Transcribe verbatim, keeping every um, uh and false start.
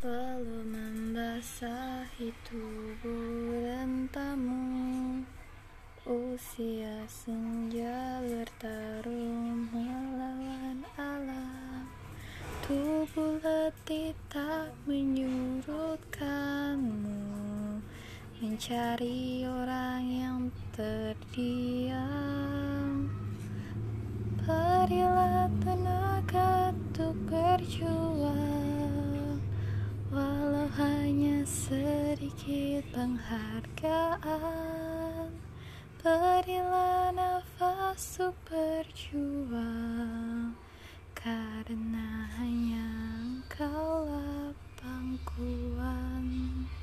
Belum membasahi tubuh rentamu, usia senja bertarung melawan alam. Tubuh letih tak menyurutkanmu, mencari orang yang terdiam. Berilah tenaga untuk berjuang, walau hanya sedikit penghargaan. Berilah nafas untuk berjuang, karena hanya engkaulah pangkuan.